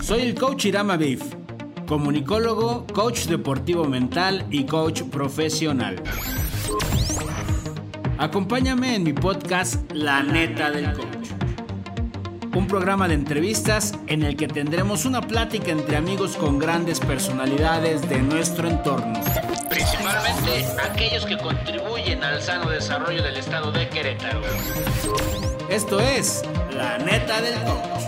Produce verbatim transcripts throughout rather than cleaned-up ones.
Soy el coach Hiram Aviv, comunicólogo, coach deportivo mental y coach profesional. Acompáñame en mi podcast La Neta del Coach, un programa de entrevistas en el que tendremos una plática entre amigos con grandes personalidades de nuestro entorno, principalmente aquellos que contribuyen al sano desarrollo del estado de Querétaro. Esto es La Neta del Coach.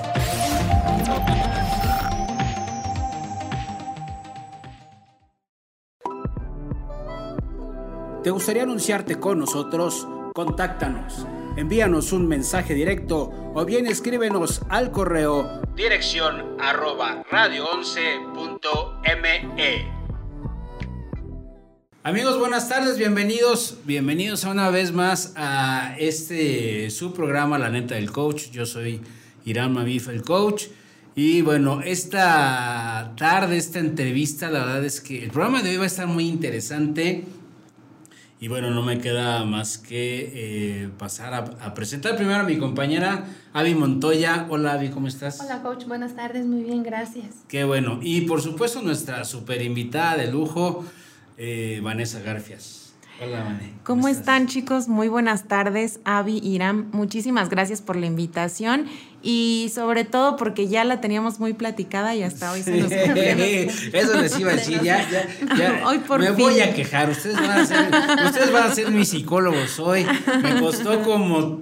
¿Te gustaría anunciarte con nosotros? Contáctanos, envíanos un mensaje directo o bien escríbenos al correo dirección arroba radio once punto me. Amigos, buenas tardes, bienvenidos, bienvenidos a una vez más a este su programa La Neta del Coach. Yo soy Hiram Aviv, el coach. Y bueno, esta tarde, esta entrevista, la verdad es que el programa de hoy va a estar muy interesante. Y bueno, no me queda más que eh, pasar a, a presentar primero a mi compañera Avi Montoya. Hola Avi, ¿cómo estás? Hola coach, buenas tardes, muy bien, gracias. Qué bueno. Y por supuesto nuestra super invitada de lujo, eh, Vanessa Garfias. Hola Vanessa. ¿Cómo, ¿Cómo están chicos? Muy buenas tardes, Avi, Hiram. Muchísimas gracias por la invitación y sobre todo porque ya la teníamos muy platicada y hasta hoy se nos Eso les iba a decir, ya, ya, ya. Hoy por me fin. voy a quejar, ustedes van a ser, ustedes van a ser mis psicólogos hoy. Me costó como,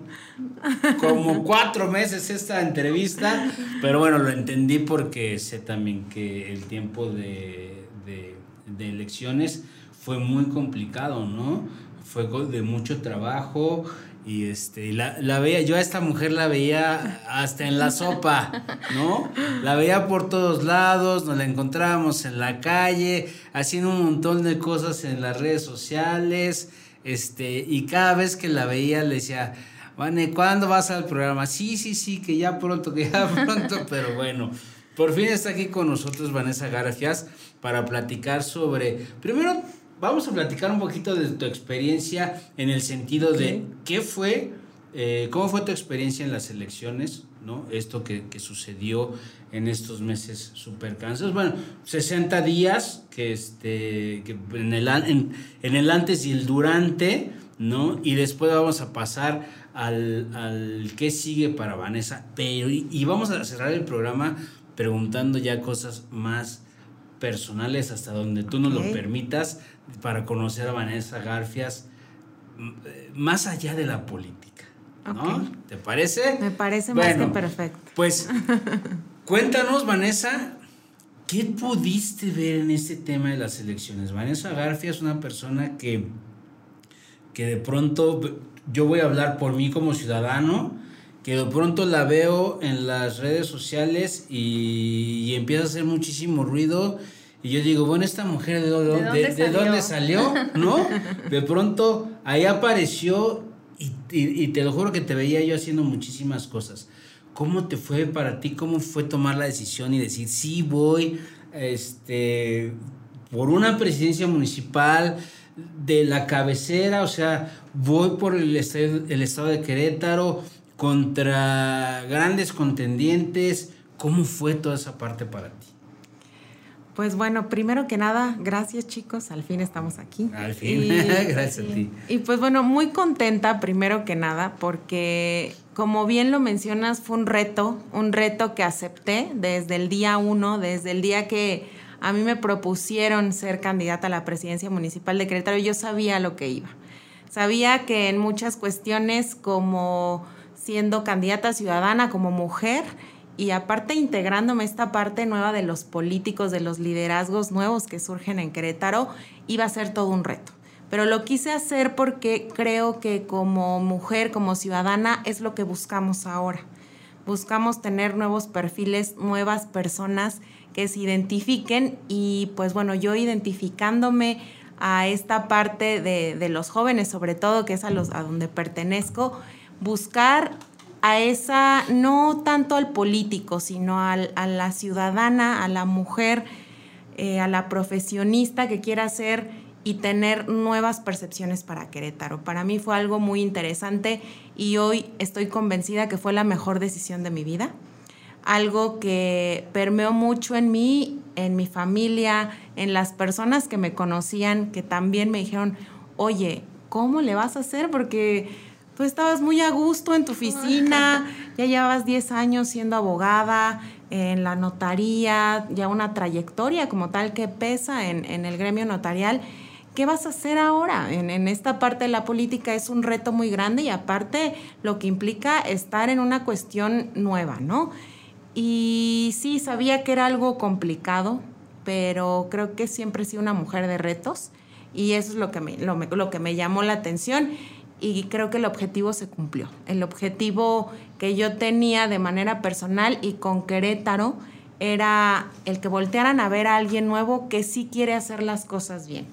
como cuatro meses esta entrevista, pero bueno, lo entendí porque sé también que el tiempo de, de, de elecciones fue muy complicado, ¿no? Fue de mucho trabajo y este la, la veía, yo a esta mujer la veía hasta en la sopa, ¿no? La veía por todos lados, nos la encontrábamos en la calle, haciendo un montón de cosas en las redes sociales, este, y cada vez que la veía le decía, Vane, ¿cuándo vas al programa? Sí, sí, sí, que ya pronto, que ya pronto, pero bueno, por fin está aquí con nosotros Vanessa Garfias para platicar sobre, primero, vamos a platicar un poquito de tu experiencia en el sentido de qué fue, eh, cómo fue tu experiencia en las elecciones, ¿no? Esto que, que sucedió en estos meses súper cansados. Bueno, sesenta días que, este, que en, el, en, en el antes y el durante, ¿no? Y después vamos a pasar al, al qué sigue para Vanessa. Pero, y, y vamos a cerrar el programa preguntando ya cosas más personales hasta donde tú nos okay. lo permitas para conocer a Vanessa Garfias más allá de la política, ¿no? Okay. ¿Te parece? Me parece bueno, más que perfecto. Pues cuéntanos, Vanessa, ¿qué pudiste ver en este tema de las elecciones? Vanessa Garfias es una persona que, que de pronto, yo voy a hablar por mí como ciudadano, que de pronto la veo en las redes sociales y, y empieza a hacer muchísimo ruido y yo digo, bueno, esta mujer de, dónde, ¿De, dónde, de, ¿de dónde salió? ¿No? De pronto ahí apareció y, y, y te lo juro que te veía yo haciendo muchísimas cosas. ¿Cómo te fue para ti? ¿Cómo fue tomar la decisión y decir, sí voy este, por una presidencia municipal de la cabecera, o sea, voy por el estado, el estado de Querétaro contra grandes contendientes? ¿Cómo fue toda esa parte para ti? Pues bueno, primero que nada, gracias chicos, al fin estamos aquí. Al fin, y, gracias y, a ti. Y pues bueno, muy contenta primero que nada porque como bien lo mencionas, fue un reto, un reto que acepté desde el día uno, desde el día que a mí me propusieron ser candidata a la presidencia municipal de Querétaro. Yo sabía lo que iba, sabía que en muchas cuestiones como siendo candidata ciudadana, como mujer, y aparte integrándome esta parte nueva de los políticos, de los liderazgos nuevos que surgen en Querétaro, iba a ser todo un reto. Pero lo quise hacer porque creo que como mujer, como ciudadana, es lo que buscamos ahora. Buscamos tener nuevos perfiles, nuevas personas que se identifiquen y pues bueno, yo identificándome a esta parte de, de los jóvenes, sobre todo, que es a, los, a donde pertenezco, buscar a esa, no tanto al político, sino al, a la ciudadana, a la mujer, eh, a la profesionista que quiera ser y tener nuevas percepciones para Querétaro. Para mí fue algo muy interesante y hoy estoy convencida que fue la mejor decisión de mi vida. algo que permeó mucho en mí, en mi familia, en las personas que me conocían, que también me dijeron, oye, ¿cómo le vas a hacer? Porque tú estabas muy a gusto en tu oficina, ya llevabas diez años siendo abogada, en la notaría, ya una trayectoria como tal que pesa en, en el gremio notarial. ¿Qué vas a hacer ahora? En, en esta parte de la política es un reto muy grande y aparte lo que implica estar en una cuestión nueva, ¿no? Y sí, sabía que era algo complicado, pero creo que siempre he sido una mujer de retos y eso es lo que me, lo, lo que me llamó la atención y creo que el objetivo se cumplió. El objetivo que yo tenía de manera personal y con Querétaro era el que voltearan a ver a alguien nuevo que sí quiere hacer las cosas bien,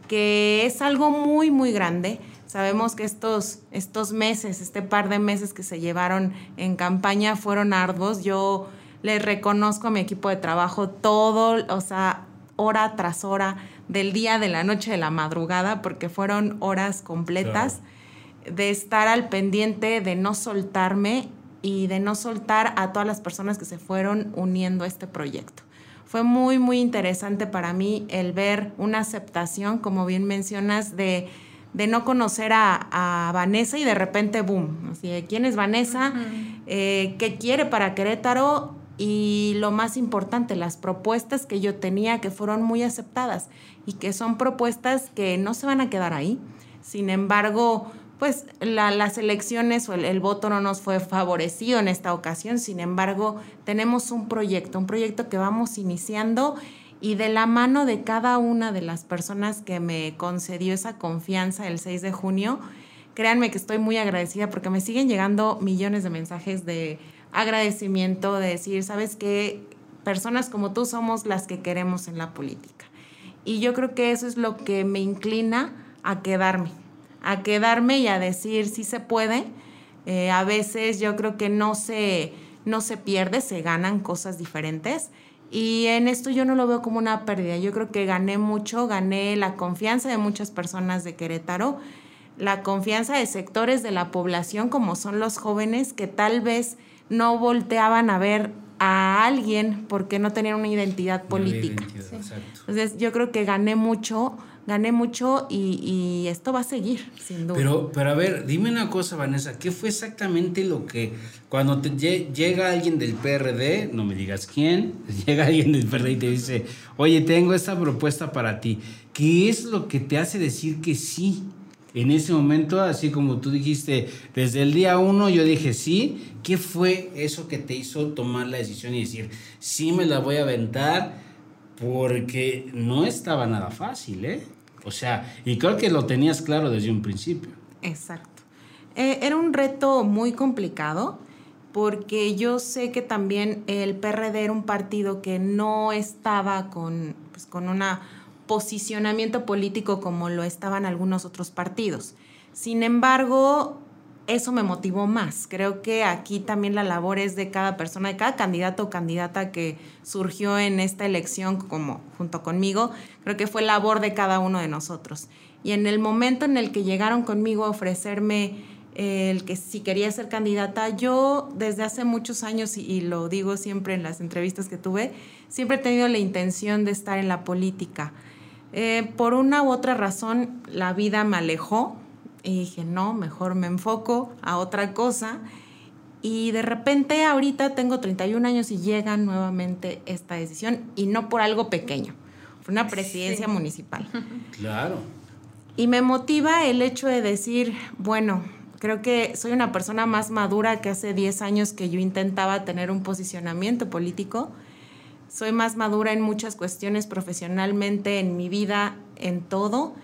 que es algo muy, muy grande. Sabemos que estos, estos meses, este par de meses que se llevaron en campaña fueron arduos. Yo les reconozco a mi equipo de trabajo todo, o sea, hora tras hora, del día, de la noche, de la madrugada, porque fueron horas completas. Claro. De estar al pendiente, de no soltarme y de no soltar a todas las personas que se fueron uniendo a este proyecto. Fue muy, muy interesante para mí el ver una aceptación, como bien mencionas, de, de no conocer a, a Vanessa y de repente, boom, así de, ¿quién es Vanessa? Uh-huh. Eh, ¿Qué quiere para Querétaro? Y lo más importante, las propuestas que yo tenía que fueron muy aceptadas y que son propuestas que no se van a quedar ahí. Sin embargo, pues la, las elecciones o el, el voto no nos fue favorecido en esta ocasión. Sin embargo, tenemos un proyecto, un proyecto que vamos iniciando y de la mano de cada una de las personas que me concedió esa confianza el seis de junio, créanme que estoy muy agradecida porque me siguen llegando millones de mensajes de agradecimiento, de decir, ¿sabes qué? Personas como tú somos las que queremos en la política. Y yo creo que eso es lo que me inclina a quedarme, a quedarme y a decir, sí se puede. Eh, a veces yo creo que no se, no se pierde, se ganan cosas diferentes. Y en esto yo no lo veo como una pérdida. Yo creo que gané mucho, gané la confianza de muchas personas de Querétaro, la confianza de sectores de la población como son los jóvenes que tal vez no volteaban a ver a alguien porque no tenían una identidad política. Una identidad, sí. Entonces yo creo que gané mucho, gané mucho y, y esto va a seguir, sin duda. Pero, pero a ver, dime una cosa, Vanessa, ¿qué fue exactamente lo que cuando te llega alguien del P R D, no me digas quién, llega alguien del P R D y te dice, oye, tengo esta propuesta para ti, ¿qué es lo que te hace decir que sí? En ese momento, así como tú dijiste, desde el día uno yo dije sí. ¿Qué fue eso que te hizo tomar la decisión y decir, sí me la voy a aventar? Porque no estaba nada fácil, ¿eh? O sea, y creo que lo tenías claro desde un principio. Exacto. Eh, era un reto muy complicado porque yo sé que también el P R D era un partido que no estaba con, pues, con una posicionamiento político como lo estaban algunos otros partidos. Sin embargo, eso me motivó más. Creo que aquí también la labor es de cada persona, de cada candidato o candidata que surgió en esta elección como junto conmigo. Creo que fue labor de cada uno de nosotros. Y en el momento en el que llegaron conmigo a ofrecerme el que si quería ser candidata, yo desde hace muchos años, y, y lo digo siempre en las entrevistas que tuve, siempre he tenido la intención de estar en la política. Eh, por una u otra razón, la vida me alejó y dije, no, mejor me enfoco a otra cosa. Y de repente ahorita tengo treinta y un años y llega nuevamente esta decisión y no por algo pequeño, fue una presidencia sí. municipal. Claro. Y me motiva el hecho de decir, bueno, creo que soy una persona más madura que hace diez años que yo intentaba tener un posicionamiento político. Soy más madura en muchas cuestiones profesionalmente, en mi vida, en todo.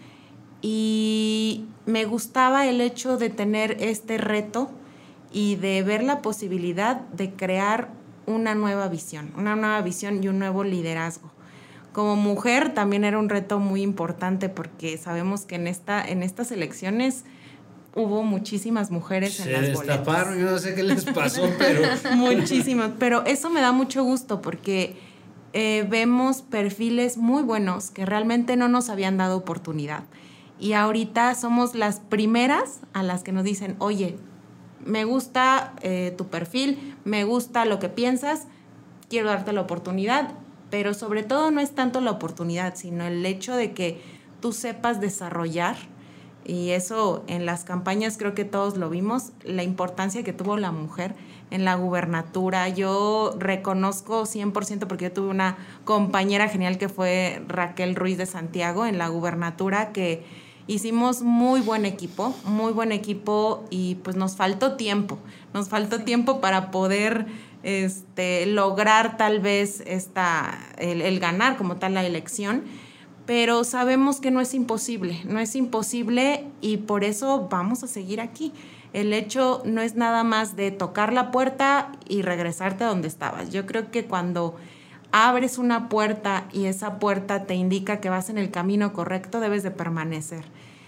Y me gustaba el hecho de tener este reto y de ver la posibilidad de crear una nueva visión, una nueva visión y un nuevo liderazgo. Como mujer también era un reto muy importante porque sabemos que en, esta, en estas elecciones hubo muchísimas mujeres Se en las boletas. Se destaparon, yo no sé qué les pasó, pero... Muchísimas, pero eso me da mucho gusto porque eh, vemos perfiles muy buenos que realmente no nos habían dado oportunidad. Y ahorita somos las primeras a las que nos dicen, oye, me gusta eh, tu perfil, me gusta lo que piensas, quiero darte la oportunidad, pero sobre todo no es tanto la oportunidad, sino el hecho de que tú sepas desarrollar, y eso en las campañas creo que todos lo vimos, la importancia que tuvo la mujer en la gubernatura. Yo reconozco cien por ciento porque yo tuve una compañera genial que fue Raquel Ruiz de Santiago en la gubernatura, que hicimos muy buen equipo, muy buen equipo y pues nos faltó tiempo, nos faltó tiempo para poder este, lograr tal vez esta, el, el ganar como tal la elección, pero sabemos que no es imposible, no es imposible y por eso vamos a seguir aquí. El hecho no es nada más de tocar la puerta y regresarte a donde estabas. Yo creo que cuando abres una puerta y esa puerta te indica que vas en el camino correcto, debes de permanecer.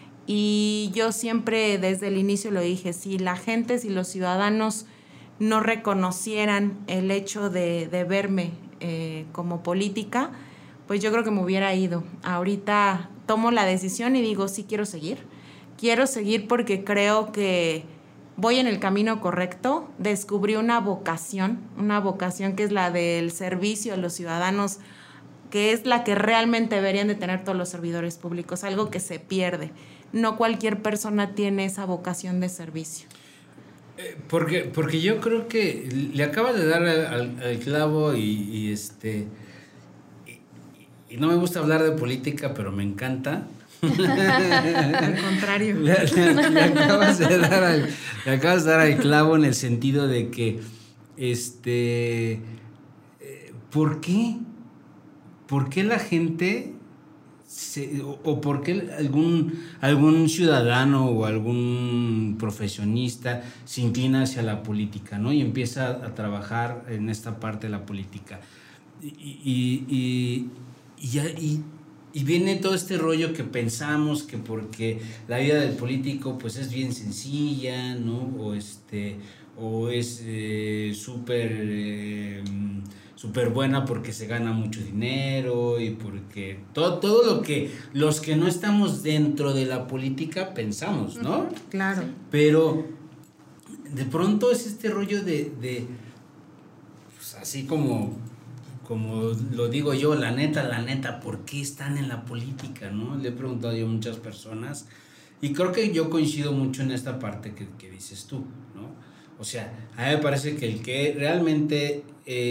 Y yo siempre desde el inicio lo dije, si la gente, si los ciudadanos no reconocieran el hecho de, de verme eh, como política, pues yo creo que me hubiera ido. Ahorita tomo la decisión y digo, sí quiero seguir. Quiero seguir porque creo que voy en el camino correcto. Descubrí una vocación, una vocación que es la del servicio a los ciudadanos, que es la que realmente deberían de tener todos los servidores públicos, algo que se pierde. No cualquier persona tiene esa vocación de servicio. Eh, porque, porque yo creo que le acabas de dar al, al clavo y, y este y, y no me gusta hablar de política, pero me encanta. Al contrario. Le, le, le, acabas de dar al, le acabas de dar al clavo en el sentido de que, este, eh, ¿por qué? ¿Por qué la gente se, o, o por qué algún, algún ciudadano o algún profesionista se inclina hacia la política, ¿no? Y empieza a trabajar en esta parte de la política. Y, y, y, y ya... Y, Y viene todo este rollo que pensamos que porque la vida del político pues es bien sencilla, ¿no? O este o es eh, súper eh, súper buena porque se gana mucho dinero y porque todo, todo lo que los que no estamos dentro de la política pensamos, ¿no? Claro. Pero de pronto es este rollo de, de pues así como... como lo digo yo, la neta, la neta, ¿por qué están en la política, no? Le he preguntado yo a muchas personas y creo que yo coincido mucho en esta parte que, que dices tú, ¿no? O sea, a mí me parece que el que realmente...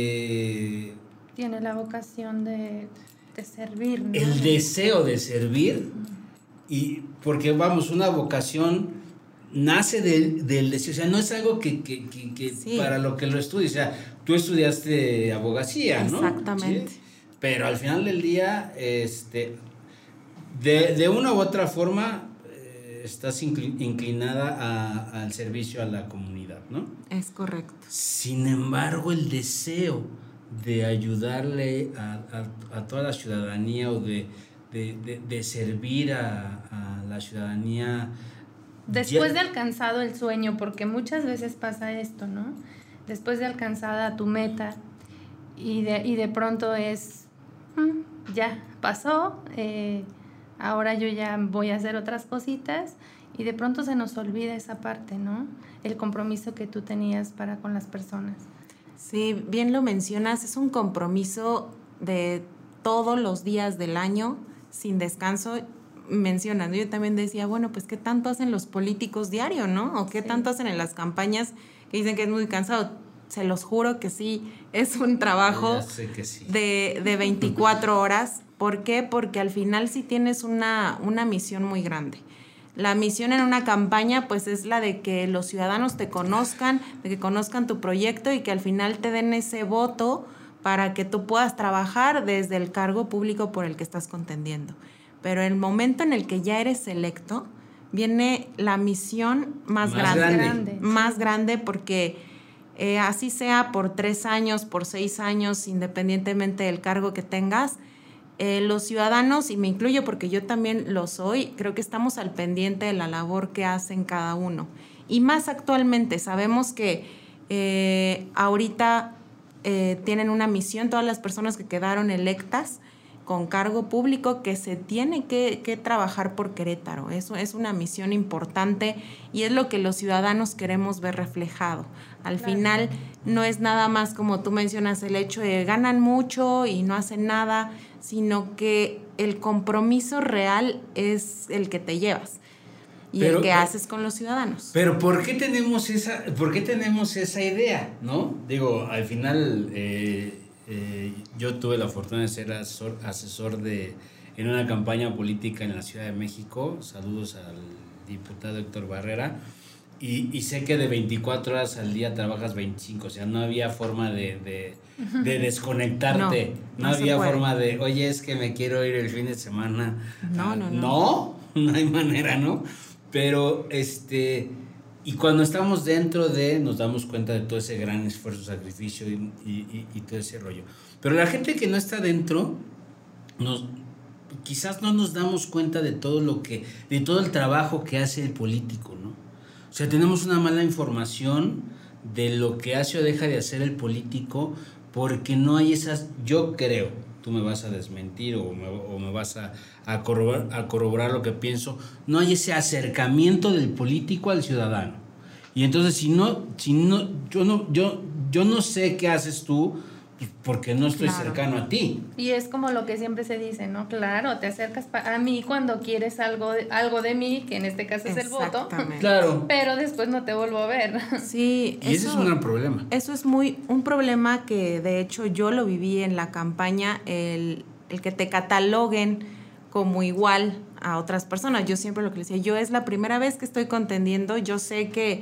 Eh, tiene la vocación de, de servir, ¿no? El deseo de servir, y porque vamos, una vocación nace del, del deseo, o sea, no es algo que, que, que, que sí. Para lo que lo estudies, o sea, tú estudiaste abogacía, ¿no? Exactamente. ¿Sí? Pero al final del día, este, de, de una u otra forma, eh, estás inclinada a, al servicio a la comunidad, ¿no? Es correcto. Sin embargo, el deseo de ayudarle a, a, a toda la ciudadanía o de, de, de, de servir a, a la ciudadanía... Después de alcanzado el sueño, porque muchas veces pasa esto, ¿no? Después de alcanzada tu meta y de, y de pronto es, mm, ya pasó, eh, ahora yo ya voy a hacer otras cositas y de pronto se nos olvida esa parte, ¿no? El compromiso que tú tenías para con las personas. Sí, bien lo mencionas, es un compromiso de todos los días del año, sin descanso. Mencionando, yo también decía, bueno, pues qué tanto hacen los políticos diario, ¿no? O qué sí. tanto hacen en las campañas que dicen que es muy cansado. Se los juro que sí, es un trabajo que sí. de, de veinticuatro horas. ¿Por qué? Porque al final sí tienes una, una misión muy grande. La misión en una campaña pues es la de que los ciudadanos te conozcan, de que conozcan tu proyecto y que al final te den ese voto para que tú puedas trabajar desde el cargo público por el que estás contendiendo. Pero el momento en el que ya eres electo, viene la misión más, más grande, grande, más grande porque eh, así sea por tres años, por seis años, independientemente del cargo que tengas, eh, los ciudadanos, y me incluyo porque yo también lo soy, creo que estamos al pendiente de la labor que hacen cada uno. Y más actualmente, sabemos que eh, ahorita eh, tienen una misión, todas las personas que quedaron electas, con cargo público que se tiene que, que trabajar por Querétaro. Eso es una misión importante y es lo que los ciudadanos queremos ver reflejado. Al claro. final no es nada más, como tú mencionas, el hecho de ganan mucho y no hacen nada, sino que el compromiso real es el que te llevas y pero, el que haces con los ciudadanos. Pero ¿por qué tenemos esa, por qué tenemos esa idea, no? Digo, al final eh, eh, yo tuve la fortuna de ser asesor, asesor de en una campaña política en la Ciudad de México. Saludos al diputado Héctor Barrera. Y, y sé que de veinticuatro horas al día trabajas veinticinco, o sea, no había forma de, de, de desconectarte, no, no, no había forma de, oye, es que me quiero ir el fin de semana. No, no, no. No, no hay manera, ¿no? Pero, este, y cuando estamos dentro de, nos damos cuenta de todo ese gran esfuerzo, sacrificio y, y, y todo ese rollo. Pero la gente que no está dentro, nos, quizás no nos damos cuenta de todo lo que, de todo el trabajo que hace el político, ¿no? O sea, tenemos una mala información de lo que hace o deja de hacer el político porque no hay esas, yo creo, tú me vas a desmentir o me, o me vas a, a, corroborar, a corroborar lo que pienso, no hay ese acercamiento del político al ciudadano. Y entonces si no, si no, yo no, yo, yo no sé qué haces tú, porque no estoy claro. cercano a ti. Y es como lo que siempre se dice, ¿no? Claro, te acercas a mí cuando quieres algo de, algo de mí, que en este caso es el voto. Claro. Pero después no te vuelvo a ver. Sí. Y eso, ese es un gran problema. Eso es muy un problema que de hecho yo lo viví en la campaña, el, el que te cataloguen como igual a otras personas. Yo siempre lo que les decía, yo es la primera vez que estoy contendiendo, yo sé que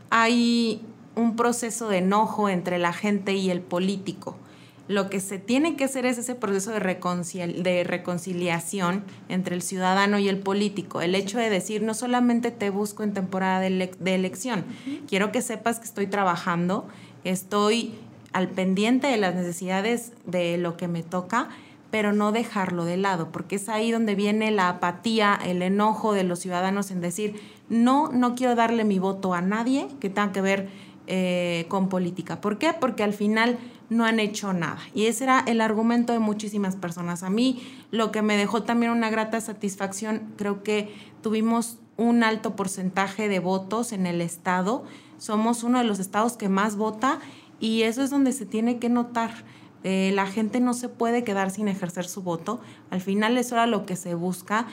hay un proceso de enojo entre la gente y el político. Lo que se tiene que hacer es ese proceso de, reconcil- de reconciliación entre el ciudadano y el político. El hecho de decir, no solamente te busco en temporada de, ele- de elección, uh-huh. quiero que sepas que estoy trabajando, que estoy al pendiente de las necesidades de lo que me toca, pero no dejarlo de lado, porque es ahí donde viene la apatía, el enojo de los ciudadanos en decir, no, no quiero darle mi voto a nadie que tenga que ver eh, con política. ¿Por qué? Porque al final no han hecho nada. Y ese era el argumento de muchísimas personas. A mí lo que me dejó también una grata satisfacción, creo que tuvimos un alto porcentaje de votos en el estado. Somos uno de los estados que más vota y eso es donde se tiene que notar. Eh, la gente no se puede quedar sin ejercer su voto. Al final eso era lo que se busca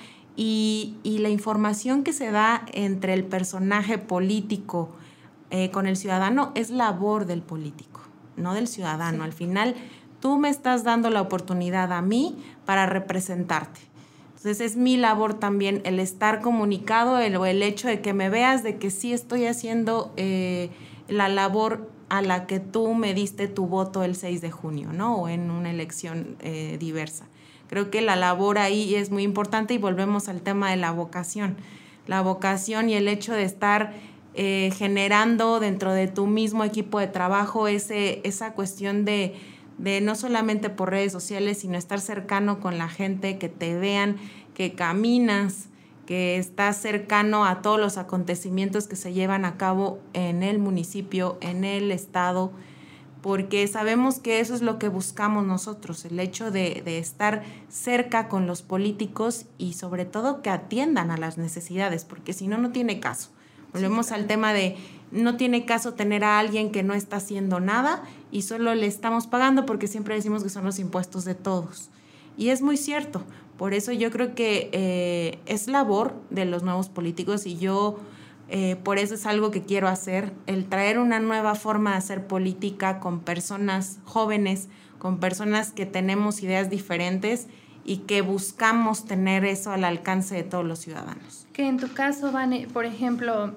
y, y la información que se da entre el personaje político eh, con el ciudadano es labor del político, no del ciudadano. Sí. Al final, tú me estás dando la oportunidad a mí para representarte. Entonces, es mi labor también el estar comunicado, el, el hecho de que me veas, de que sí estoy haciendo eh, la labor a la que tú me diste tu voto el seis de junio, ¿no? O en una elección eh, diversa. Creo que la labor ahí es muy importante y volvemos al tema de la vocación. La vocación y el hecho de estar Eh, generando dentro de tu mismo equipo de trabajo ese, esa cuestión de, de no solamente por redes sociales, sino estar cercano con la gente, que te vean, que caminas, que estás cercano a todos los acontecimientos que se llevan a cabo en el municipio, en el estado, porque sabemos que eso es lo que buscamos nosotros, el hecho de, de estar cerca con los políticos y sobre todo que atiendan a las necesidades, porque si no, no tiene caso. Volvemos sí, al tema de no tiene caso tener a alguien que no está haciendo nada y solo le estamos pagando porque siempre decimos que son los impuestos de todos. Y es muy cierto. Por eso yo creo que eh, es labor de los nuevos políticos y yo eh, por eso es algo que quiero hacer, el traer una nueva forma de hacer política con personas jóvenes, con personas que tenemos ideas diferentes y que buscamos tener eso al alcance de todos los ciudadanos. Que en tu caso, Vane, por ejemplo,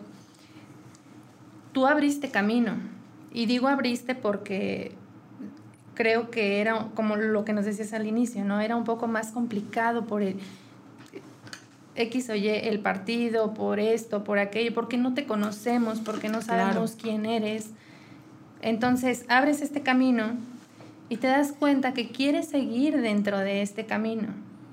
tú abriste camino. Y digo abriste porque creo que era como lo que nos decías al inicio, ¿no? Era un poco más complicado por el X o Y, el partido, por esto, por aquello, porque no te conocemos, porque no sabemos claro. quién eres. Entonces, abres este camino y te das cuenta que quieres seguir dentro de este camino.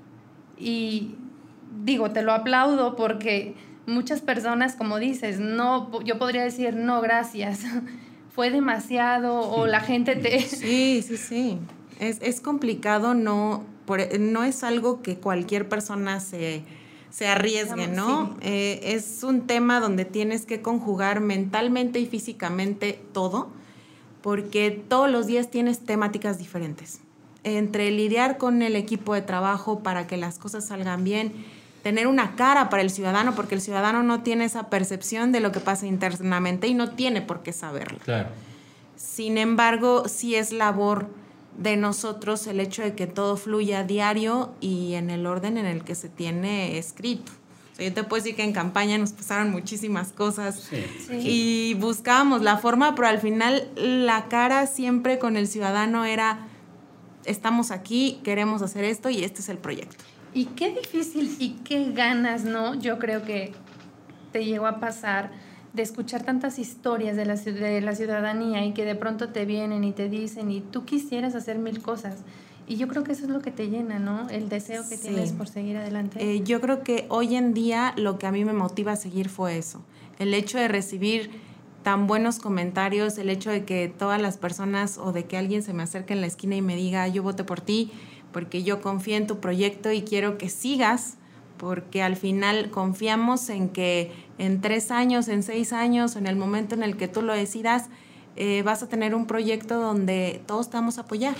Y digo, te lo aplaudo porque muchas personas, como dices, no, yo podría decir, no, gracias, fue demasiado, o la gente te... Sí, sí, sí. Es, es complicado no, por, no es algo que cualquier persona se, se arriesgue, ¿no? Sí. Eh, es un tema donde tienes que conjugar mentalmente y físicamente todo, porque todos los días tienes temáticas diferentes. Entre lidiar con el equipo de trabajo para que las cosas salgan bien, tener una cara para el ciudadano, porque el ciudadano no tiene esa percepción de lo que pasa internamente y no tiene por qué saberlo. Claro. Sin embargo, sí es labor de nosotros el hecho de que todo fluya a diario y en el orden en el que se tiene escrito. O sea, yo te puedo decir que en campaña nos pasaron muchísimas cosas sí. Sí. y buscábamos la forma, pero al final la cara siempre con el ciudadano era: estamos aquí, queremos hacer esto y este es el proyecto. Y qué difícil y qué ganas, ¿no? Yo creo que te llegó a pasar de escuchar tantas historias de la, de la ciudadanía y que de pronto te vienen y te dicen y tú quisieras hacer mil cosas. Y yo creo que eso es lo que te llena, ¿no? El deseo que sí. tienes por seguir adelante. Eh, yo creo que hoy en día lo que a mí me motiva a seguir fue eso. El hecho de recibir tan buenos comentarios, el hecho de que todas las personas o de que alguien se me acerque en la esquina y me diga: yo voté por ti porque yo confío en tu proyecto y quiero que sigas, porque al final confiamos en que en tres años, en seis años, en el momento en el que tú lo decidas, eh, vas a tener un proyecto donde todos te vamos a apoyar.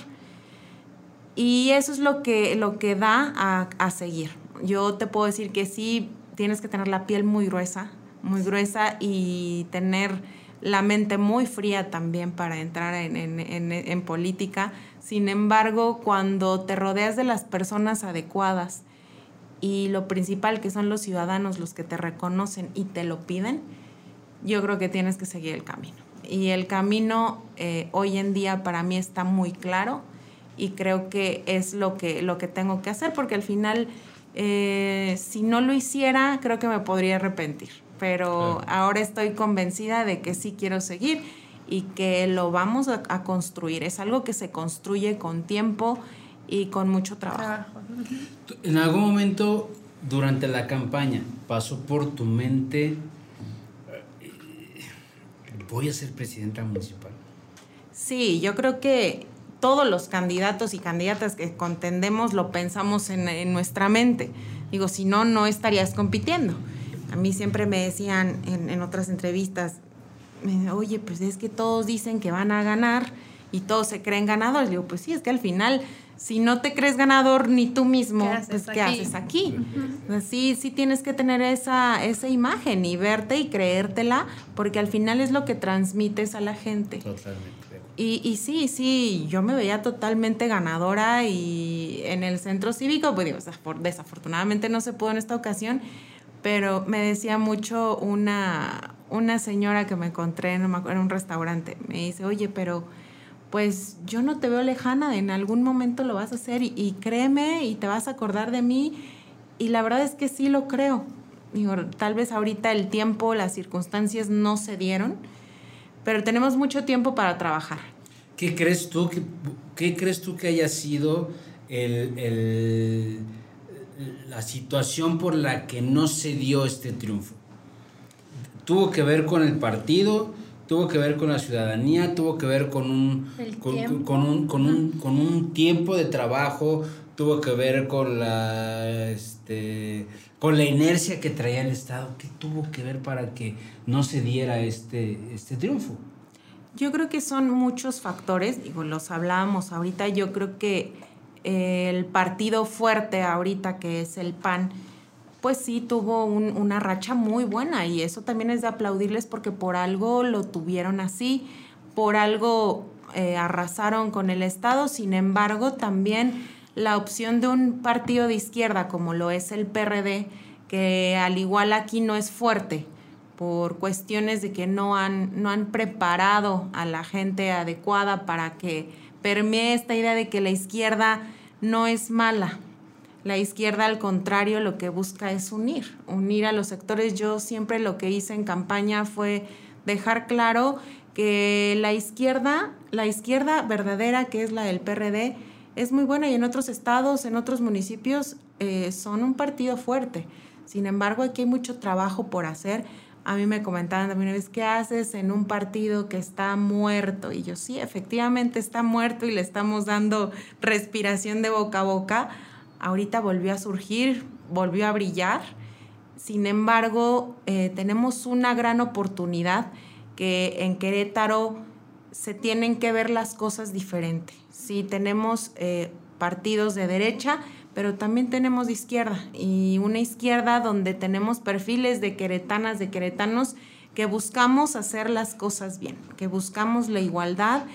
Y eso es lo que, lo que da a, a seguir. Yo te puedo decir que sí, tienes que tener la piel muy gruesa, muy gruesa y tener la mente muy fría también para entrar en, en, en, en política. Sin embargo, cuando te rodeas de las personas adecuadas y lo principal que son los ciudadanos los que te reconocen y te lo piden, yo creo que tienes que seguir el camino. Y el camino eh, hoy en día para mí está muy claro y creo que es lo que, lo que tengo que hacer, porque al final, eh, si no lo hiciera, creo que me podría arrepentir. Pero claro. ahora estoy convencida de que sí quiero seguir y que lo vamos a, a construir. Es algo que se construye con tiempo y con mucho trabajo. ¿En algún momento durante la campaña pasó por tu mente: voy a ser presidenta municipal? Sí, yo creo que todos los candidatos y candidatas que contendemos lo pensamos en, en nuestra mente. Digo, si no, no estarías compitiendo. A mí siempre me decían en, en otras entrevistas: oye, pues es que todos dicen que van a ganar y todos se creen ganadores. Digo, pues sí, es que al final, si no te crees ganador ni tú mismo, ¿qué pues ¿qué aquí? haces aquí? Uh-huh. Sí, sí tienes que tener esa, esa imagen y verte y creértela, porque al final es lo que transmites a la gente. Totalmente. Y, y sí, sí, yo me veía totalmente ganadora y en el centro cívico, pues digo, desafortunadamente no se pudo en esta ocasión, pero me decía mucho una, una señora que me encontré en un restaurante. Me dice: oye, pero pues yo no te veo lejana, en algún momento lo vas a hacer y, y créeme y te vas a acordar de mí. Y la verdad es que sí lo creo. Digo, tal vez ahorita el tiempo, las circunstancias no se dieron, pero tenemos mucho tiempo para trabajar. ¿Qué crees tú que, qué crees tú que haya sido el, el, la situación por la que no se dio este triunfo? ¿Tuvo que ver con el partido? ¿Tuvo que ver con la ciudadanía? ¿Tuvo que ver con un, con, con, un, con, un, con un tiempo de trabajo? ¿Tuvo que ver con la, este, con la inercia que traía el Estado? ¿Qué tuvo que ver para que no se diera este, este triunfo? Yo creo que son muchos factores, digo, los hablábamos ahorita. Yo creo que eh, el partido fuerte ahorita, que es el P A N, pues sí tuvo un, una racha muy buena y eso también es de aplaudirles, porque por algo lo tuvieron así, por algo eh, arrasaron con el Estado. Sin embargo, también la opción de un partido de izquierda como lo es el P R D, que al igual aquí no es fuerte por cuestiones de que no han, no han preparado a la gente adecuada para que permee esta idea de que la izquierda no es mala. La izquierda, al contrario, lo que busca es unir, unir a los sectores. Yo siempre lo que hice en campaña fue dejar claro que la izquierda, la izquierda verdadera, que es la del P R D, es muy buena, y en otros estados, en otros municipios, eh, son un partido fuerte. Sin embargo, aquí hay mucho trabajo por hacer A mí me comentaban también una vez, ¿qué haces en un partido que está muerto? Y yo, sí, efectivamente está muerto y le estamos dando respiración de boca a boca. Ahorita volvió a surgir, volvió a brillar. Sin embargo, eh, tenemos una gran oportunidad que en Querétaro se tienen que ver las cosas diferente. Sí, tenemos eh, partidos de derecha, pero también tenemos de izquierda, y una izquierda donde tenemos perfiles de queretanas, de queretanos, que buscamos hacer las cosas bien, que buscamos la igualdad,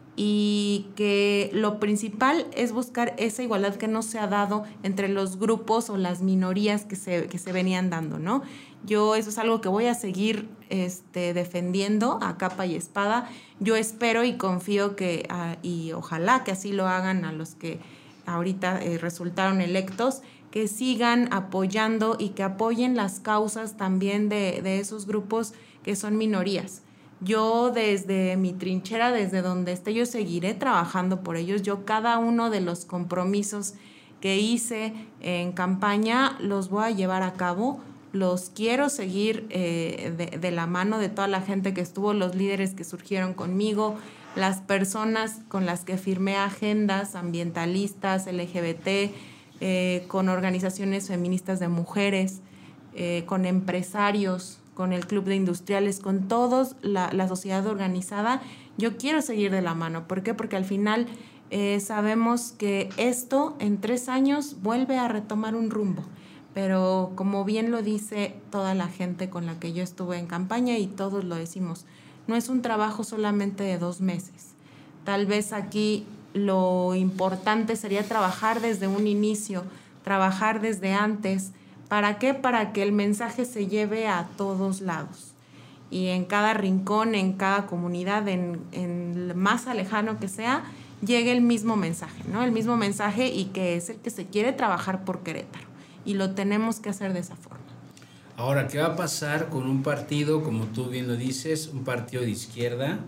y que lo principal es buscar esa igualdad que no se ha dado entre los grupos o las minorías que se, que se venían dando, ¿no? Yo eso es algo que voy a seguir este, defendiendo a capa y espada. Yo espero y confío que, uh, y ojalá que así lo hagan a los que ahorita eh, resultaron electos, que sigan apoyando y que apoyen las causas también de, de esos grupos que son minorías. Yo desde mi trinchera, desde donde esté, yo seguiré trabajando por ellos. Yo cada uno de los compromisos que hice en campaña los voy a llevar a cabo. Los quiero seguir eh, de, de la mano de toda la gente que estuvo, los líderes que surgieron conmigo, las personas con las que firmé agendas ambientalistas, L G B T, eh, con organizaciones feministas de mujeres, eh, con empresarios, con el Club de Industriales, con todos, la, la sociedad organizada. Yo quiero seguir de la mano. ¿Por qué? Porque al final eh, sabemos que esto en tres años vuelve a retomar un rumbo. Pero como bien lo dice toda la gente con la que yo estuve en campaña, y todos lo decimos, no es un trabajo solamente de dos meses. Tal vez aquí lo importante sería trabajar desde un inicio, trabajar desde antes. ¿Para qué? Para que el mensaje se lleve a todos lados. Y en cada rincón, en cada comunidad, en, en el más lejano que sea, llegue el mismo mensaje, ¿no? El mismo mensaje, y que es el que se quiere trabajar por Querétaro. Y lo tenemos que hacer de esa forma. Ahora, ¿qué va a pasar con un partido, como tú bien lo dices, un partido de izquierda,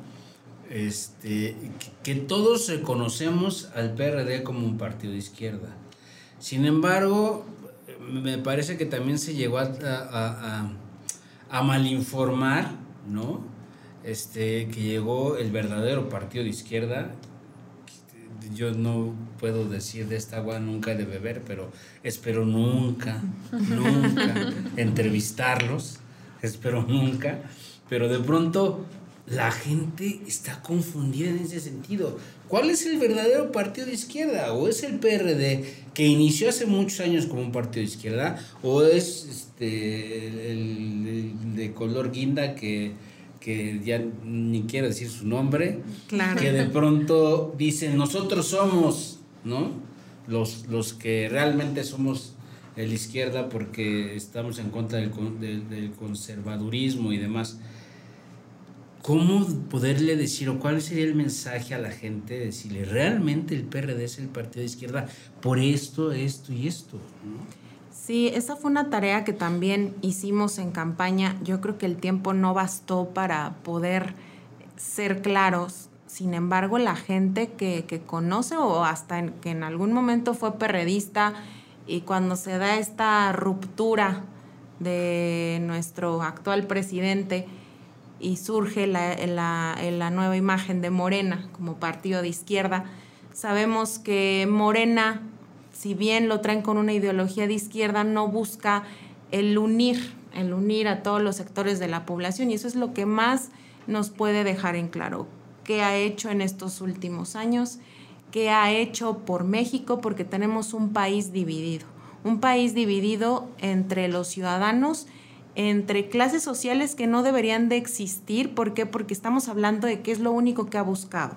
este, que, que todos conocemos al P R D como un partido de izquierda? Sin embargo, me parece que también se llegó a, a, a, a malinformar, ¿no? Este, que llegó el verdadero partido de izquierda. Yo no puedo decir de esta agua nunca de beber, pero espero nunca, nunca entrevistarlos, espero nunca, pero de pronto la gente está confundida en ese sentido. ¿Cuál es el verdadero partido de izquierda? ¿O es el P R D, que inició hace muchos años como un partido de izquierda? ¿O es este el, el, el de color guinda que... que ya ni quiero decir su nombre, claro, que de pronto dicen, nosotros somos, ¿no? Los, los que realmente somos la izquierda porque estamos en contra del, del, del conservadurismo y demás? ¿Cómo poderle decir, o cuál sería el mensaje a la gente, decirle, realmente el P R D es el partido de izquierda por esto, esto y esto, ¿no? Sí, esa fue una tarea que también hicimos en campaña. Yo creo que el tiempo no bastó para poder ser claros. Sin embargo, la gente que, que conoce, o hasta en, que en algún momento fue perredista, y cuando se da esta ruptura de nuestro actual presidente y surge la, la, la nueva imagen de Morena como partido de izquierda, sabemos que Morena, si bien lo traen con una ideología de izquierda, no busca el unir, el unir a todos los sectores de la población, y eso es lo que más nos puede dejar en claro. ¿Qué ha hecho en estos últimos años? ¿Qué ha hecho por México? Porque tenemos un país dividido, un país dividido entre los ciudadanos, entre clases sociales que no deberían de existir. ¿Por qué? Porque estamos hablando de qué es lo único que ha buscado.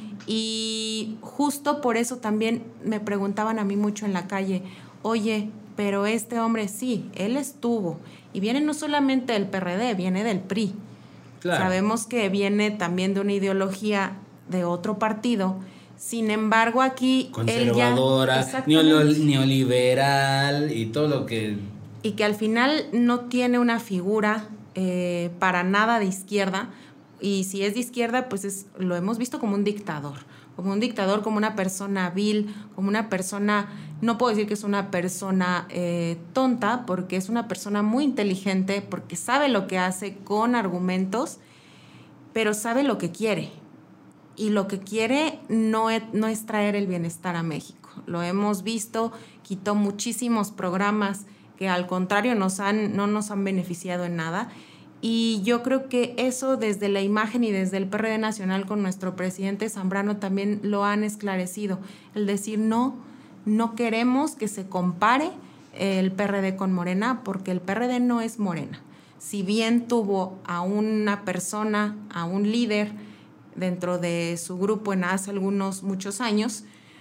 Y justo por eso también me preguntaban a mí mucho en la calle, oye, pero este hombre sí, él estuvo, y viene no solamente del P R D, viene del P R I. Claro. Sabemos que viene también de una ideología de otro partido. Sin embargo, aquí conservadora, él ya, neoliberal y todo lo que... Y que al final no tiene una figura eh, para nada de izquierda. Y si es de izquierda, pues es, lo hemos visto como un dictador, como un dictador, como una persona vil, como una persona, no puedo decir que es una persona eh, tonta, porque es una persona muy inteligente, porque sabe lo que hace con argumentos, pero sabe lo que quiere. Y lo que quiere no es, no es traer el bienestar a México. Lo hemos visto, quitó muchísimos programas que al contrario nos han, no nos han beneficiado en nada. Y yo creo que eso desde la imagen y desde el P R D Nacional con nuestro presidente Zambrano también lo han esclarecido. El decir no, no queremos que se compare el P R D con Morena, porque el P R D no es Morena. Si bien tuvo a una persona, a un líder dentro de su grupo en hace algunos, muchos años,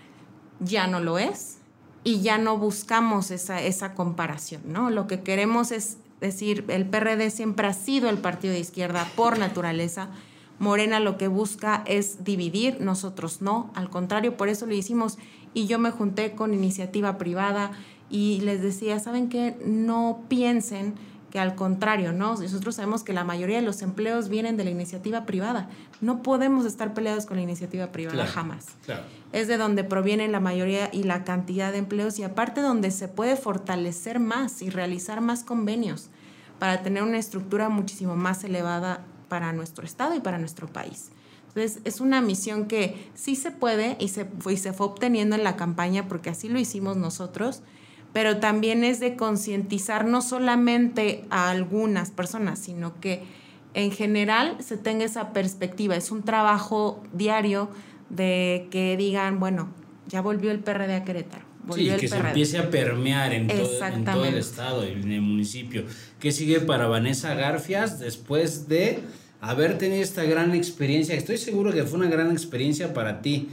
ya no lo es y ya no buscamos esa, esa comparación, ¿no? Lo que queremos es decir, el P R D siempre ha sido el partido de izquierda por naturaleza. Morena lo que busca es dividir, nosotros no, al contrario, por eso lo hicimos. Y yo me junté con iniciativa privada y les decía, ¿saben qué? No piensen que al contrario, ¿no? Nosotros sabemos que la mayoría de los empleos vienen de la iniciativa privada. No podemos estar peleados con la iniciativa privada, claro, jamás. Claro. Es de donde provienen la mayoría y la cantidad de empleos y aparte donde se puede fortalecer más y realizar más convenios para tener una estructura muchísimo más elevada para nuestro estado y para nuestro país. Entonces, es una misión que sí se puede y se, y se fue obteniendo en la campaña porque así lo hicimos nosotros, pero también es de concientizar no solamente a algunas personas, sino que en general se tenga esa perspectiva. Es un trabajo diario de que digan, bueno, ya volvió el P R D a Querétaro. Sí, que se empiece a permear en todo, en todo el estado y en el municipio. ¿Qué sigue para Vanessa Garfias después de haber tenido esta gran experiencia? Estoy seguro que fue una gran experiencia para ti.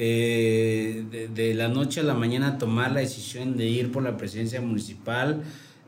Eh, de, de la noche a la mañana tomar la decisión de ir por la presidencia municipal,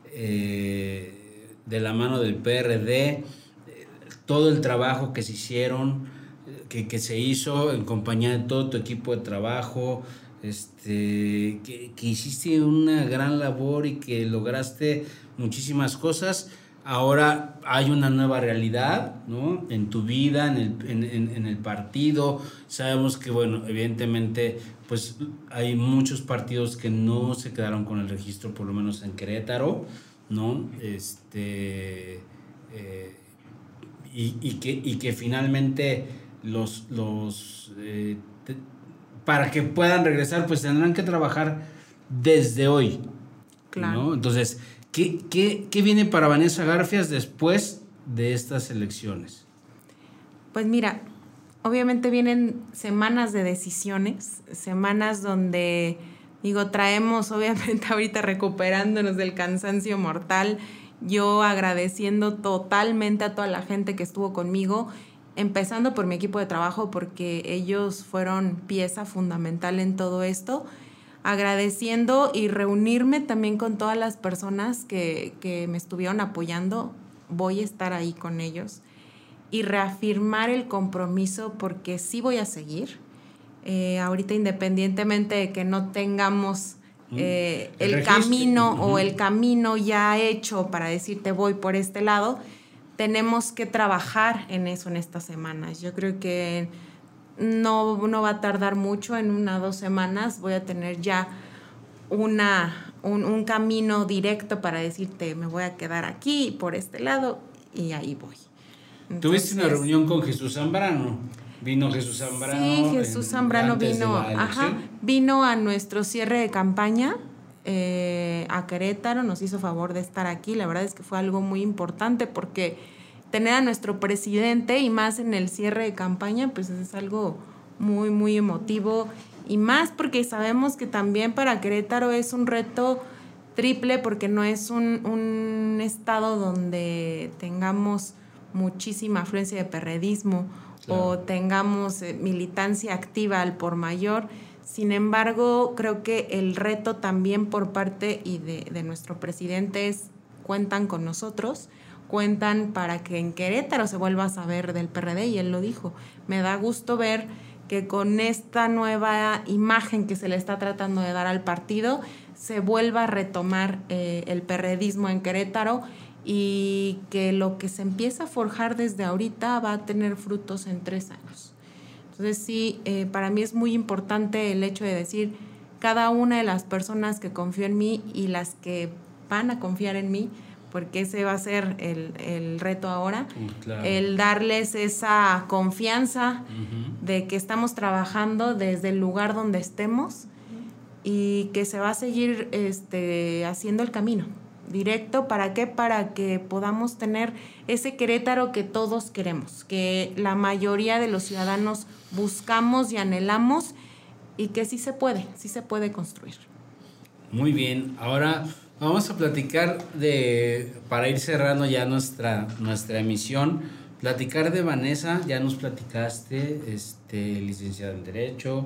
eh, de la mano del P R D, eh, todo el trabajo que se hicieron, que, que se hizo en compañía de todo tu equipo de trabajo, este, que, que hiciste una gran labor y que lograste muchísimas cosas. Ahora hay una nueva realidad, ¿no? En tu vida, en el, en, en, en el partido. Sabemos que, bueno, evidentemente, pues hay muchos partidos que no se quedaron con el registro, por lo menos en Querétaro, ¿no? Este, eh, y, y, que, y que finalmente los, los eh, te, para que puedan regresar, pues tendrán que trabajar desde hoy, claro, ¿no? Entonces, ¿Qué, qué, ¿Qué viene para Vanessa Garfias después de estas elecciones? Pues mira, obviamente vienen semanas de decisiones, semanas donde, digo, traemos obviamente ahorita recuperándonos del cansancio mortal, yo agradeciendo totalmente a toda la gente que estuvo conmigo, empezando por mi equipo de trabajo porque ellos fueron pieza fundamental en todo esto, agradeciendo y reunirme también con todas las personas que, que me estuvieron apoyando. Voy a estar ahí con ellos y reafirmar el compromiso porque sí voy a seguir. Eh, ahorita independientemente de que no tengamos eh, el, el camino uh-huh. o el camino ya hecho para decirte voy por este lado, tenemos que trabajar en eso en estas semanas. Yo creo que No, no va a tardar mucho, en una o dos semanas voy a tener ya una, un, un camino directo para decirte me voy a quedar aquí por este lado y ahí voy. Entonces, ¿tuviste una reunión con Jesús Zambrano? ¿Vino Jesús Zambrano? Sí, Jesús en, Zambrano vino, ajá, vino a nuestro cierre de campaña eh, a Querétaro, nos hizo favor de estar aquí, la verdad es que fue algo muy importante porque tener a nuestro presidente y más en el cierre de campaña, pues es algo muy, muy emotivo y más porque sabemos que también para Querétaro es un reto triple porque no es un, un estado donde tengamos muchísima afluencia de perredismo claro. o tengamos eh, militancia activa al por mayor. Sin embargo, creo que el reto también por parte y de, de nuestro presidente es cuentan con nosotros, cuentan para que en Querétaro se vuelva a saber del P R D y él lo dijo. Me da gusto ver que con esta nueva imagen que se le está tratando de dar al partido se vuelva a retomar eh, el perredismo en Querétaro y que lo que se empieza a forjar desde ahorita va a tener frutos en tres años. Entonces sí, eh, para mí es muy importante el hecho de decir, cada una de las personas que confió en mí y las que van a confiar en mí, porque ese va a ser el, el reto ahora, Uh, claro. el darles esa confianza Ujú. de que estamos trabajando desde el lugar donde estemos y que se va a seguir este, haciendo el camino directo. ¿Para qué? Para que podamos tener ese Querétaro que todos queremos, que la mayoría de los ciudadanos buscamos y anhelamos, y que sí se puede, sí se puede construir. Muy bien, ahora vamos a platicar de, para ir cerrando ya nuestra, nuestra emisión, platicar de Vanessa. Ya nos platicaste, este, licenciada en Derecho,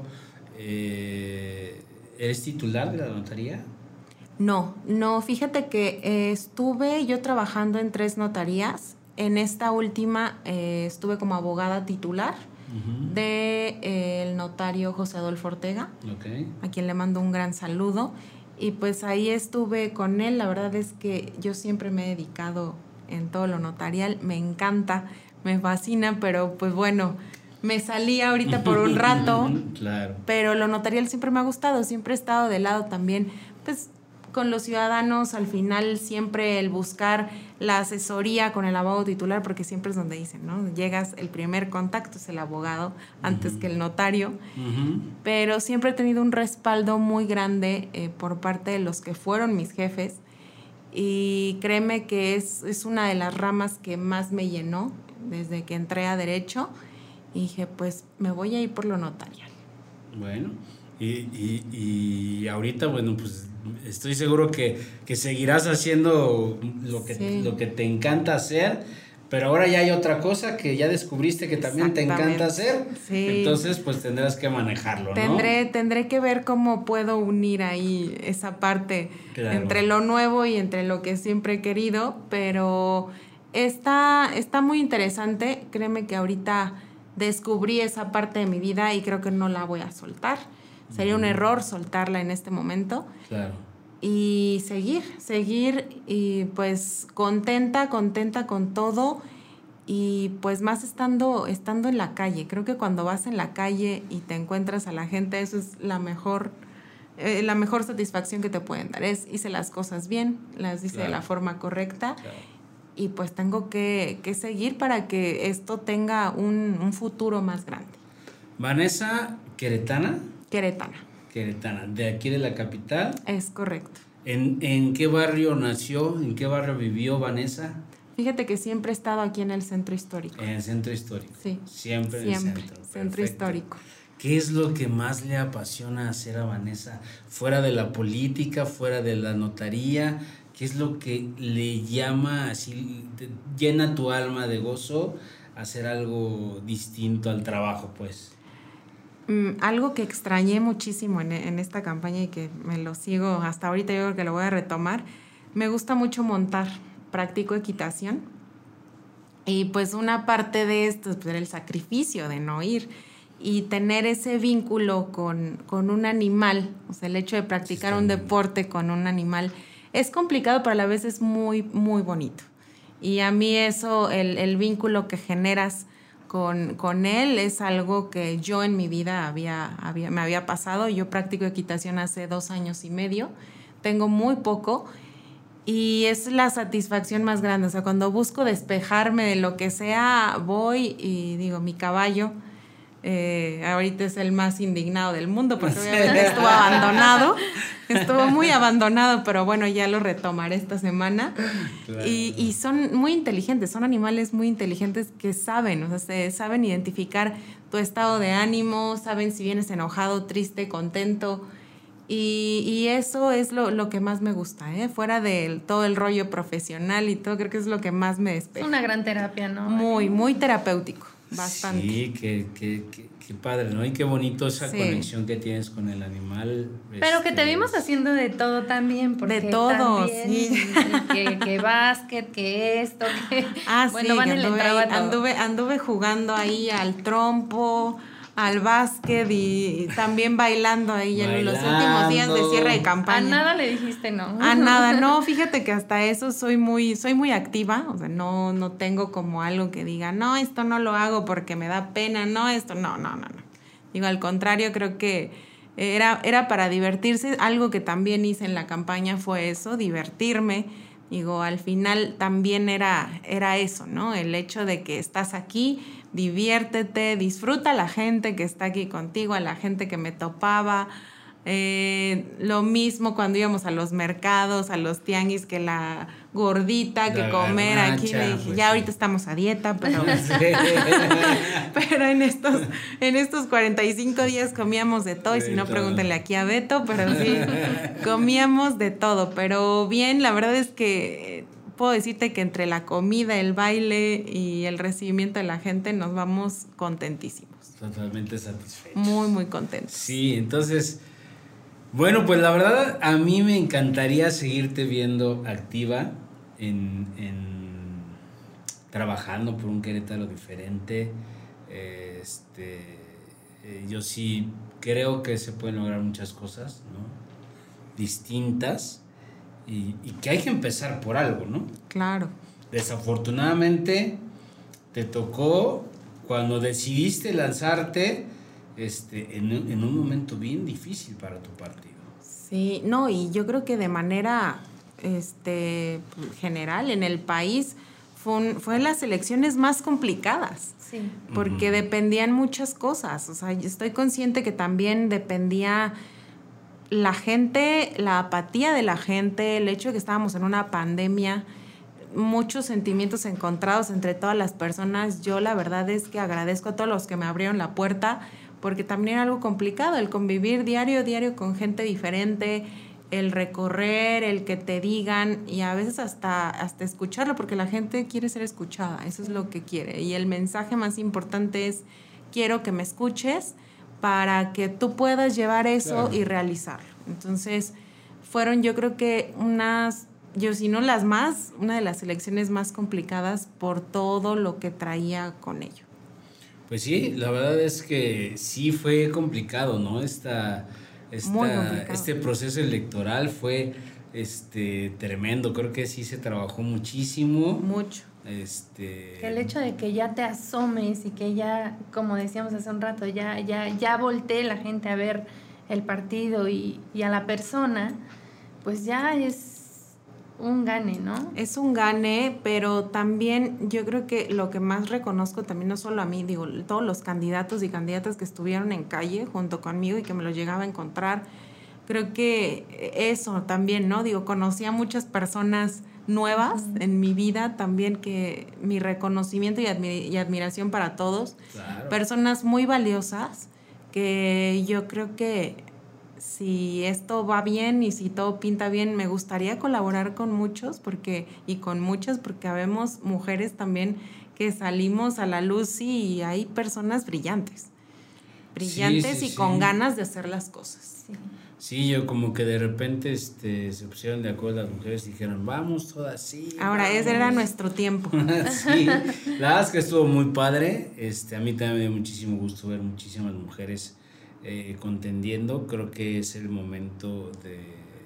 eh, ¿eres titular de la notaría? No, no, fíjate que eh, estuve yo trabajando en tres notarías. En esta última eh, estuve como abogada titular Uh-huh. de eh, el notario José Adolfo Ortega, Okay. a quien le mando un gran saludo. Y pues ahí estuve con él. La verdad es que yo siempre me he dedicado en todo lo notarial, me encanta, me fascina, pero pues bueno, me salí ahorita por un rato. Claro. Pero lo notarial siempre me ha gustado, siempre he estado de lado también, pues con los ciudadanos. Al final siempre el buscar la asesoría con el abogado titular, porque siempre es donde dicen, ¿no? Llegas, el primer contacto es el abogado antes Uh-huh. que el notario. Uh-huh. Pero siempre he tenido un respaldo muy grande eh, por parte de los que fueron mis jefes, y créeme que es, es una de las ramas que más me llenó desde que entré a Derecho, y dije, pues me voy a ir por lo notarial. Bueno, y, y, y ahorita, bueno, pues estoy seguro que, que seguirás haciendo lo que, Sí. lo que te encanta hacer, pero ahora ya hay otra cosa que ya descubriste que también te encanta hacer, Sí. entonces pues tendrás que manejarlo, ¿no? Tendré, tendré que ver cómo puedo unir ahí esa parte, Claro. entre lo nuevo y entre lo que siempre he querido, pero está, está muy interesante. Créeme que ahorita descubrí esa parte de mi vida y creo que no la voy a soltar. Sería un error soltarla en este momento. Claro. Y seguir, seguir y pues contenta, contenta con todo, y pues más estando, estando en la calle. Creo que cuando vas en la calle y te encuentras a la gente, eso es la mejor, eh, la mejor satisfacción que te pueden dar. Es, hice las cosas bien, las hice Claro. de la forma correcta. Claro. Y pues tengo que, que seguir para que esto tenga un, un futuro más grande. Vanessa, queretana, Querétana, queretana, de aquí de la capital. es correcto. ¿En, en qué barrio nació? ¿En qué barrio vivió Vanessa? Fíjate que siempre he estado aquí en el centro histórico. En el centro histórico. Sí. Siempre en el Siempre, centro. centro Perfecto. histórico. ¿Qué es lo que más le apasiona hacer a Vanessa? Fuera de la política, fuera de la notaría, ¿qué es lo que le llama así, te llena tu alma de gozo hacer algo distinto al trabajo, pues? Mm, algo que extrañé muchísimo en, en esta campaña y que me lo sigo hasta ahorita, yo creo que lo voy a retomar. Me gusta mucho montar, practico equitación, y pues una parte de esto pues, era el sacrificio de no ir y tener ese vínculo con, con un animal. O sea, el hecho de practicar Sí, un está deporte con un animal es complicado, pero a la vez es muy, muy bonito. Y a mí eso, el, el vínculo que generas con, con él es algo que yo en mi vida había, había, me había pasado. Yo practico equitación hace dos años y medio, tengo muy poco, y es la satisfacción más grande. O sea, cuando busco despejarme de lo que sea, voy y digo, mi caballo, eh, ahorita es el más indignado del mundo porque obviamente estuvo abandonado, estuvo muy abandonado, pero bueno, ya lo retomaré esta semana. Claro. Y, y son muy inteligentes, son animales muy inteligentes que saben, o sea, se saben identificar tu estado de ánimo, saben si vienes enojado, triste, contento. Y, y eso es lo, lo que más me gusta, ¿eh? Fuera de todo el rollo profesional y todo, creo que es lo que más me Es despeja. una gran terapia, ¿no? Muy, muy terapéutico, bastante. Sí, qué, qué, qué, qué padre, ¿no? Y qué bonito esa Sí. conexión que tienes con el animal. Pero que te este, vimos haciendo de todo también. Porque De todo, también, sí. Que, que básquet, que esto, que... Ah, bueno, sí, Vane que le anduve, entraba ahí- todo. anduve, anduve jugando ahí al trompo, al básquet, y también bailando ahí en los últimos días de cierre de A campaña. nada le dijiste no. A nada, no, fíjate que hasta eso soy muy, soy muy activa, o sea, no, no tengo como algo que diga, no, esto no lo hago porque me da pena, no, esto, no, no, no, no. Digo, al contrario, creo que era, era para divertirse. Algo que también hice en la campaña fue eso, divertirme. Digo, al final también era, era eso, ¿no? El hecho de que estás aquí, diviértete, disfruta a la gente que está aquí contigo, a la gente que me topaba. Eh, lo mismo cuando íbamos a los mercados, a los tianguis, que la gordita, que la comer garnacha, aquí. Le dije, pues ya sí. ahorita estamos a dieta, pero, pero en estos, en estos cuarenta y cinco días comíamos de todo. Y si no, pregúntenle aquí a Beto, pero sí, comíamos de todo. Pero bien, la verdad es que puedo decirte que entre la comida, el baile y el recibimiento de la gente nos vamos contentísimos. Totalmente satisfechos. Muy, muy contentos. Sí, entonces, bueno, pues la verdad a mí me encantaría seguirte viendo activa en, en trabajando por un Querétaro diferente. Este, eh, yo sí creo que se pueden lograr muchas cosas, ¿no? Distintas y, y que hay que empezar por algo, ¿no? Claro. Desafortunadamente te tocó cuando decidiste lanzarte este, en, en un momento bien difícil para tu partido. Sí, no, y yo creo que de manera este, general en el país fue, un, fue las elecciones más complicadas. Sí. Porque Ujú. dependían muchas cosas. O sea, yo estoy consciente que también dependía la gente, la apatía de la gente, el hecho de que estábamos en una pandemia, muchos sentimientos encontrados entre todas las personas. Yo la verdad es que agradezco a todos los que me abrieron la puerta, porque también era algo complicado, el convivir diario, diario con gente diferente, el recorrer, el que te digan y a veces hasta, hasta escucharlo, porque la gente quiere ser escuchada, eso es lo que quiere. Y el mensaje más importante es, quiero que me escuches para que tú puedas llevar eso Claro. y realizarlo. Entonces, fueron yo creo que unas, yo si no las más, una de las elecciones más complicadas por todo lo que traía con ello. Pues sí, la verdad es que sí fue complicado, ¿no? Esta, esta, Muy complicado. este proceso electoral fue este, tremendo, creo que sí se trabajó muchísimo. Mucho. Este... Que el hecho de que ya te asomes y que ya, como decíamos hace un rato, ya, ya, ya voltee la gente a ver el partido y, y a la persona, pues ya es un gane, ¿no? Es un gane, pero también yo creo que lo que más reconozco también, no solo a mí, digo, todos los candidatos y candidatas que estuvieron en calle junto conmigo y que me los llegaba a encontrar, creo que eso también, ¿no? Digo, conocí a muchas personas nuevas uh-huh. en mi vida también, que mi reconocimiento y, admi- y admiración para todos. Claro. Personas muy valiosas que yo creo que si esto va bien y si todo pinta bien, me gustaría colaborar con muchos porque y con muchas, porque habemos mujeres también que salimos a la luz y hay personas brillantes. Brillantes sí, sí, y sí. con ganas de hacer las cosas. Sí. Sí, yo como que de repente este, se pusieron de acuerdo las mujeres y dijeron, vamos todas, sí. Ahora, vamos. ese era nuestro tiempo. Sí, la verdad es que estuvo muy padre. Este, a mí también me dio muchísimo gusto ver muchísimas mujeres eh, contendiendo. Creo que es el momento de,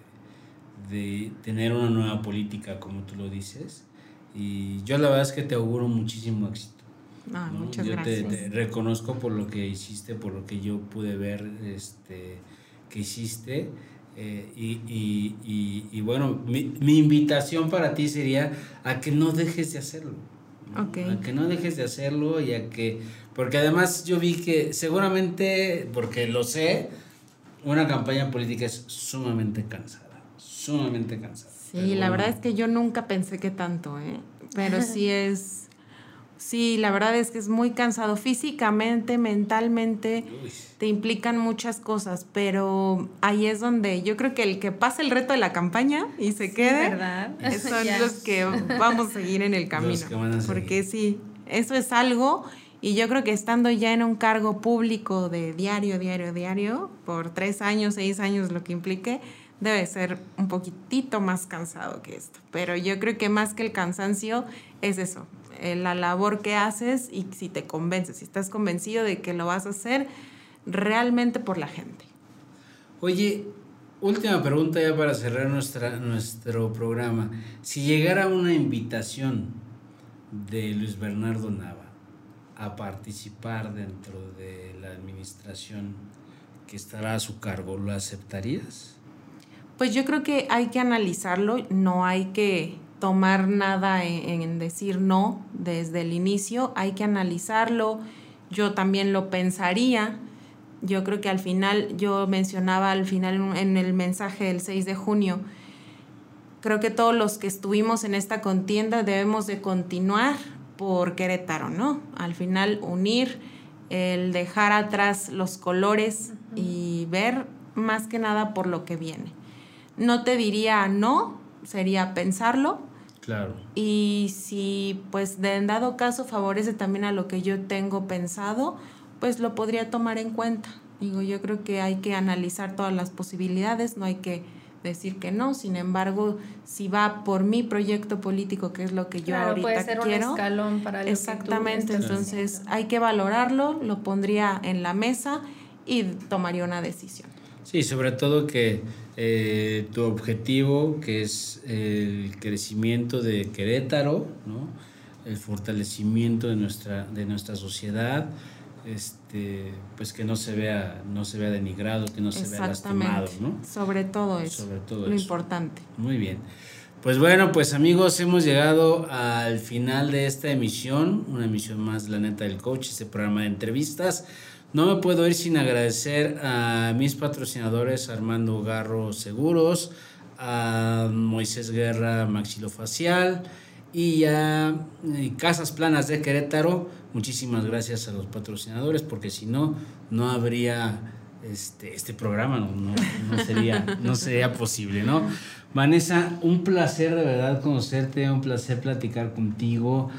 de tener una nueva política, como tú lo dices. Y yo la verdad es que te auguro muchísimo éxito. Ah, ¿no? muchas yo gracias. Te, te reconozco por lo que hiciste, por lo que yo pude ver este, que hiciste. Eh, y, y, y, y bueno, mi, mi invitación para ti sería a que no dejes de hacerlo. ¿no? Okay. A que no dejes de hacerlo y a que... Porque además yo vi que seguramente, porque lo sé, una campaña política es sumamente cansada, sumamente cansada. Sí, Pero la bueno. verdad es que yo nunca pensé que tanto, ¿eh? Pero sí es... Sí, la verdad es que es muy cansado físicamente, mentalmente, Uy. te implican muchas cosas, pero ahí es donde yo creo que el que pase el reto de la campaña y se Sí, quede, ¿verdad? son Ya. los que vamos a seguir en el camino. Los que van a seguir. Porque sí, eso es algo, y yo creo que estando ya en un cargo público de diario, diario, diario, por tres años, seis años, lo que implique, debe ser un poquitito más cansado que esto. Pero yo creo que más que el cansancio es eso, eh, la labor que haces y si te convences, si estás convencido de que lo vas a hacer realmente por la gente. Oye, última pregunta ya para cerrar nuestra, nuestro programa. Si llegara una invitación de Luis Bernardo Nava a participar dentro de la administración que estará a su cargo, ¿lo aceptarías? Pues yo creo que hay que analizarlo, no hay que tomar nada en, en decir no desde el inicio, hay que analizarlo, yo también lo pensaría, yo creo que al final, yo mencionaba al final en el mensaje del seis de junio, creo que todos los que estuvimos en esta contienda debemos de continuar por Querétaro, ¿no? Al final unir, el dejar atrás los colores uh-huh. y ver más que nada por lo que viene. No te diría no, sería pensarlo. Claro. Y si pues de en dado caso favorece también a lo que yo tengo pensado, pues lo podría tomar en cuenta. Digo, yo creo que hay que analizar todas las posibilidades, no hay que decir que no. Sin embargo, si va por mi proyecto político, que es lo que yo claro, ahorita puede ser quiero. Un escalón para lo exactamente, que tú entonces haciendo. Hay que valorarlo, lo pondría en la mesa y tomaría una decisión. Sí, sobre todo que eh, tu objetivo, que es el crecimiento de Querétaro, ¿no? El fortalecimiento de nuestra, de nuestra sociedad, este, pues que no se vea, no se vea denigrado, que no se vea lastimado, ¿no? Sobre todo eso, Sobre todo lo eso. importante. Muy bien. Pues bueno, pues amigos, hemos llegado al final de esta emisión, una emisión más de La Neta del Coach, este programa de entrevistas. No me puedo ir sin agradecer a mis patrocinadores, Armando Garro Seguros, a Moisés Guerra Maxilofacial y a Casas Planas de Querétaro. Muchísimas gracias a los patrocinadores, porque si no, no habría este, este programa, no, no, no, sería, no sería posible, ¿no? Vanessa, un placer de verdad conocerte, un placer platicar contigo,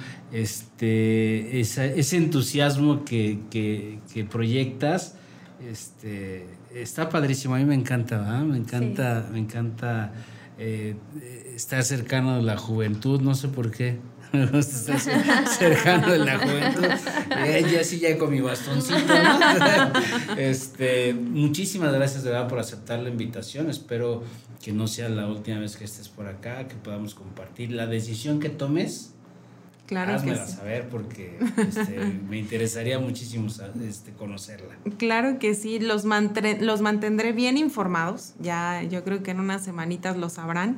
este, esa, ese entusiasmo que, que, que proyectas, este, está padrísimo, a mí me encanta, ¿verdad? Me encanta, sí. me encanta eh, estar cercano a la juventud, no sé por qué. Me gusta estar cercano de la juventud. Eh, ya sí, ya con mi bastoncito, ¿no? Este, muchísimas gracias de verdad por aceptar la invitación. Espero que no sea la última vez que estés por acá, que podamos compartir la decisión que tomes. Claro házmela que sí. saber, porque este, me interesaría muchísimo este, conocerla. Claro que sí, los, mantre- los mantendré bien informados. Ya yo creo que en unas semanitas lo sabrán.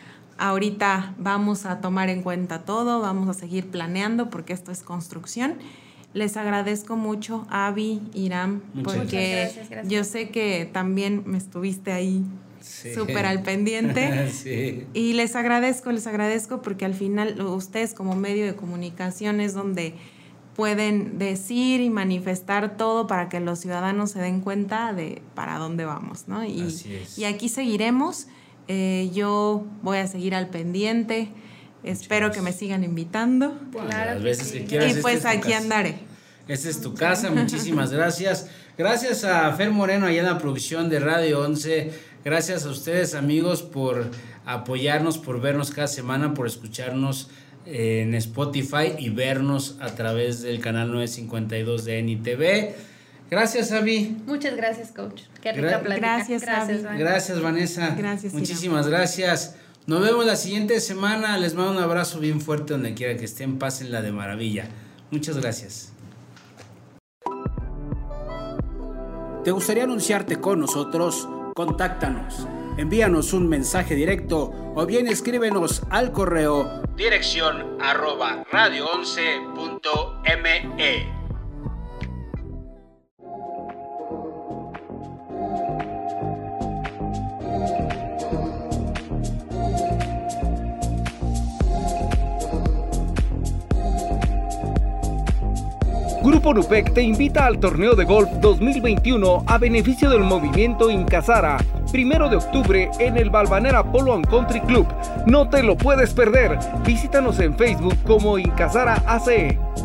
Ahorita vamos a tomar en cuenta todo, vamos a seguir planeando porque esto es construcción. Les agradezco mucho, Avi, Iram, Muchas porque gracias, gracias. yo sé que también me estuviste ahí súper sí. al pendiente. sí. Y les agradezco, les agradezco porque al final ustedes como medio de comunicación es donde pueden decir y manifestar todo para que los ciudadanos se den cuenta de para dónde vamos, ¿no? Y, Así es. y aquí seguiremos. Eh, yo voy a seguir al pendiente. Muchas Espero gracias. Que me sigan invitando. Bueno, claro las que veces sí. que quieras. Y pues este es aquí casa. andaré. Esta es tu casa, muchísimas gracias. Gracias a Fer Moreno allá en la producción de Radio once. Gracias a ustedes, amigos, por apoyarnos, por vernos cada semana, por escucharnos en Spotify y vernos a través del canal novecientos cincuenta y dos de N I T V. Gracias, Avi. Muchas gracias, coach. Qué rica Gra- plática. Gracias, gracias, Avi. Vanessa. Gracias, Vanessa. Gracias, Muchísimas gracias. Nos vemos la siguiente semana. Les mando un abrazo bien fuerte donde quiera que estén. Pásenla de maravilla. Muchas gracias. ¿Te gustaría anunciarte con nosotros? Contáctanos. Envíanos un mensaje directo o bien escríbenos al correo dirección arroba radio once punto me. Grupo Nupec te invita al torneo de golf dos mil veintiuno a beneficio del movimiento Incasara, primero de octubre en el Balvanera Polo and Country Club. No te lo puedes perder. Visítanos en Facebook como Incasara A C E.